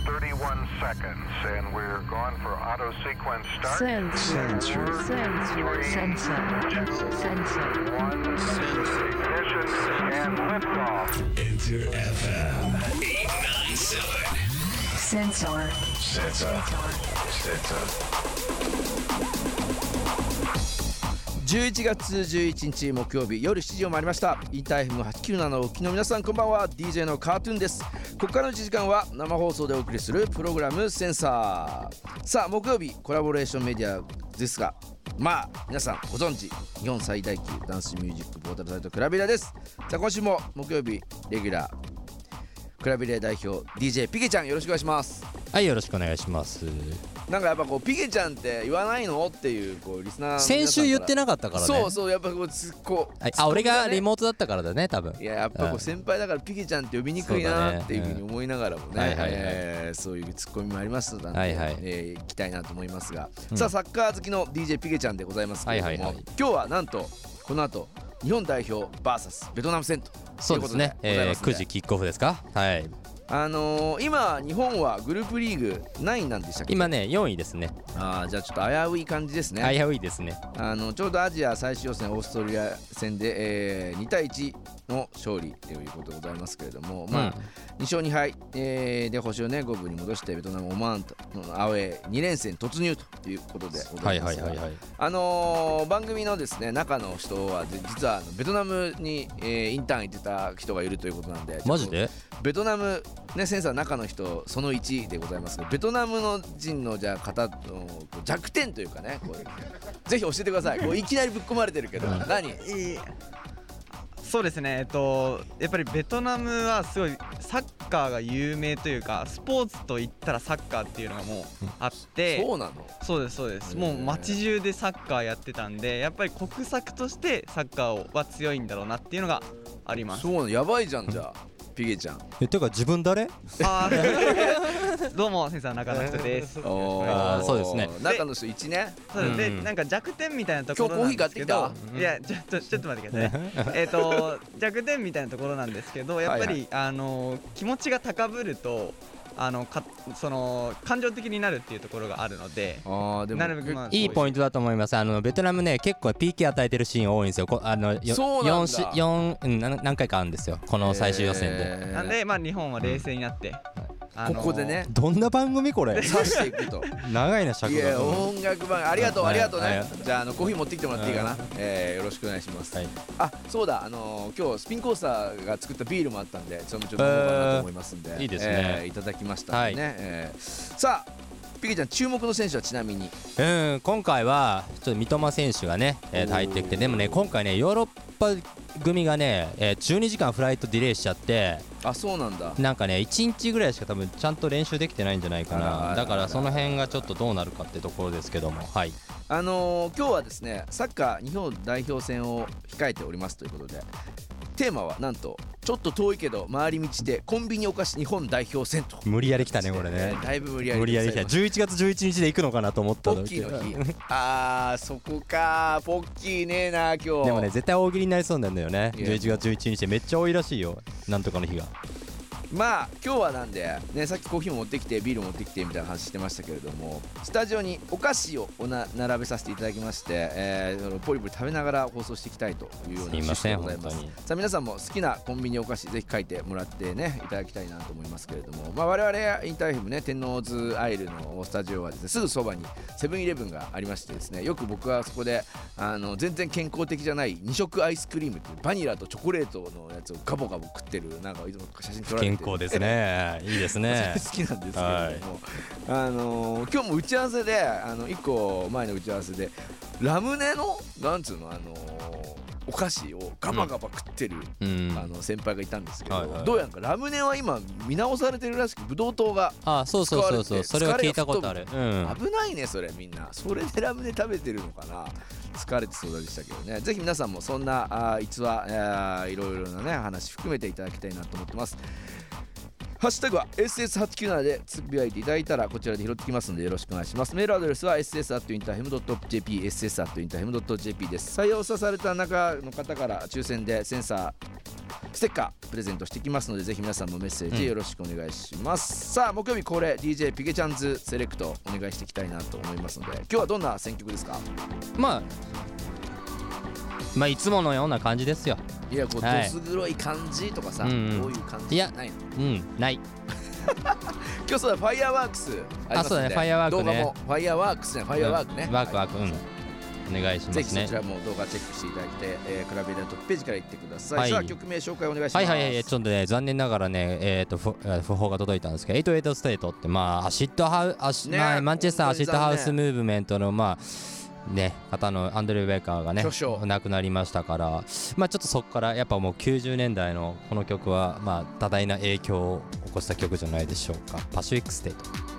31 seconds, and we're going for auto sequence start. Sensor. Ignition and liftoff. Enter FM 897. Sensor. 11月11日木曜日夜7時を回りました。インター FM897 のお聞きの皆さん、こんばんは。 DJ のカートゥーンです。ここからの1時間は生放送でお送りするプログラムセンサー。さあ木曜日コラボレーションメディアですが、まあ皆さんご存知、日本最大級ダンスミュージックポータルサイトクラビレです。さあ今週も木曜日レギュラークラビレ代表 DJ ピケちゃん、よろしくお願いします。 はい、よろしくお願いします。 なんかやっぱこうピケちゃんって言わないのっていうこうリスナーの皆さんから先週言ってなかったからね。 そうそう、やっぱこう俺がリモートだったからだね、多分。 いや、やっぱこう先輩だからピケちゃんって呼びにくいなっていうふうに思いながらもね、そういうツッコミもありますので、行きたいなと思いますが、さあサッカー好きの DJ ピケちゃんでございますけれども、今日はなんとこの後日本代表 VS ベトナム戦ということでございます。 9時キックオフですか。はい。 今日本はグループリーグ何位なんでしたっけ。 今ね4位ですね。 じゃあちょっと危うい感じですね。 危ういですね。 ちょうどアジア最終予選オーストラリア戦で、2対1の勝利ということでございますけれども、まあ2勝2敗、で星をね5分に戻してベトナムオマーンとのアウェー2連戦突入ということでございますが、番組のですね中の人は実はベトナムに、インターン行ってた人がいるということなんで、 マジでベトナムね、センサー中の人その1でございますが、ベトナムの人のじゃあ方の弱点というかね、こうぜひ教えてください。こういきなりぶっ込まれてるけど、何？ そうですね、やっぱりベトナムはすごいサッカーが有名というか、スポーツといったらサッカーっていうのがもうあって、 そうなの？ そうですそうです。もう街中でサッカーやってたんで、やっぱり国策としてサッカーは強いんだろうなっていうのがあります。 そうなの？やばいじゃん。じゃあピゲちゃん。 てか自分誰？ どうもセンサー中の人です。 そうですね。 中の人1ね。 そうで、なんか弱点みたいなところなんですけど、 今日コーヒー買ってきた？ いやちょっと待ってください。弱点みたいなところなんですけど、やっぱり気持ちが高ぶるとその感情的になるっていうところがあるので、なるべくいいポイントだと思います。ベトナムね結構 PK 与えてるシーン多いんですよ。何回かあるんですよ、この最終予選で。 なんで日本は冷静になって、 ここでね、 どんな番組これ刺していくと長いな尺が。 いや音楽番組ありがとうね。じゃあコーヒー持ってきてもらっていいかな。よろしくお願いします。そうだ、今日スピンコースターが作ったビールもあったんで、それもちょっと飲もうかなと思いますんで、 いいですね、 いただきましたね。さあピケちゃん、注目の選手はちなみに今回はちょっと三笘選手がね入ってきて、でもね今回ねヨーロッパ組がね12時間フライトディレイしちゃって、 そうなんだ。 なんかね1日ぐらいしか多分ちゃんと練習できてないんじゃないかな。だからその辺がちょっとどうなるかってところですけども、はい。 今日はですねサッカー日本代表戦を控えておりますということで、テーマはなんとちょっと遠いけど回り道でコンビニお菓子日本代表戦と。 無理やり来たねこれね。 だいぶ無理やり来た。11月11日で行くのかなと思ったの。 ポッキーの日。そこか。ポッキーねえな今日。 でもね絶対大喜利になりそうなんだよね。11月11日でめっちゃ多いらしいよ、なんとかの日が。 まあ今日はなんでね、さっきコーヒーも持ってきてビールも持ってきてみたいな話してましたけれども、スタジオにお菓子を並べさせていただきまして、ポリポリ食べながら放送していきたいというような趣旨でございます。さあ皆さんも好きなコンビニお菓子ぜひ書いてもらってねいただきたいなと思いますけれども、我々インターフェムね天王洲アイルのスタジオはですねすぐそばにセブンイレブンがありましてですね、よく僕はそこで全然健康的じゃない2色アイスクリームっていうバニラとチョコレートのやつをガボガボ食ってる、なんかいつも写真撮られてる健康ですね。いいですね。 好きなんですけれども、今日も打ち合わせで1個前の打ち合わせでラムネのなんつうのお菓子をガバガバ食ってる、先輩がいたんですけど、どうやんかラムネは今見直されてるらしく、ブドウ糖がそうそれは聞いたことある。 危ないねそれ。みんなそれでラムネ食べてるのかな。疲れてそうでしたけどね。ぜひ皆さんもそんな逸話いろいろなね話含めていただきたいなと思ってます。ハッシュタグは SS897 でつぶやいていただいたらこちらで拾ってきますのでよろしくお願いします。メールアドレスは ss@interfm.jp ss@interfm.jp です。採用された中の方から抽選でセンサーステッカープレゼントしていきますので、ぜひ皆さんもメッセージよろしくお願いします、さあ木曜日恒例 DJ ピケチャンズセレクトお願いしていきたいなと思いますので、今日はどんな選曲ですか？ まあいつものような感じですよ。 いやこう、どす黒い感じとかさ、どういう感じじゃないの？ ない今日そうだ、ファイヤーワークスありますんで、 そうだね、ファイヤーワークね、 動画もファイヤーワークスね、ファイヤーワークね、 ワークお願いしますね。 ぜひそちらも動画チェックしていただいて、クラブエリアトップページから行ってください、さあ曲名紹介お願いします。 ちょっとね残念ながらね訃報が届いたんですけど、88ステートってアシッドハウマンチェスターアシッドハウスムーブメントの方のアンドリュー・ベイカーがね亡くなりましたから、ちょっとそこからやっぱもう90年代のこの曲は多大な影響を起こした曲じゃないでしょうか。パシフィックステート。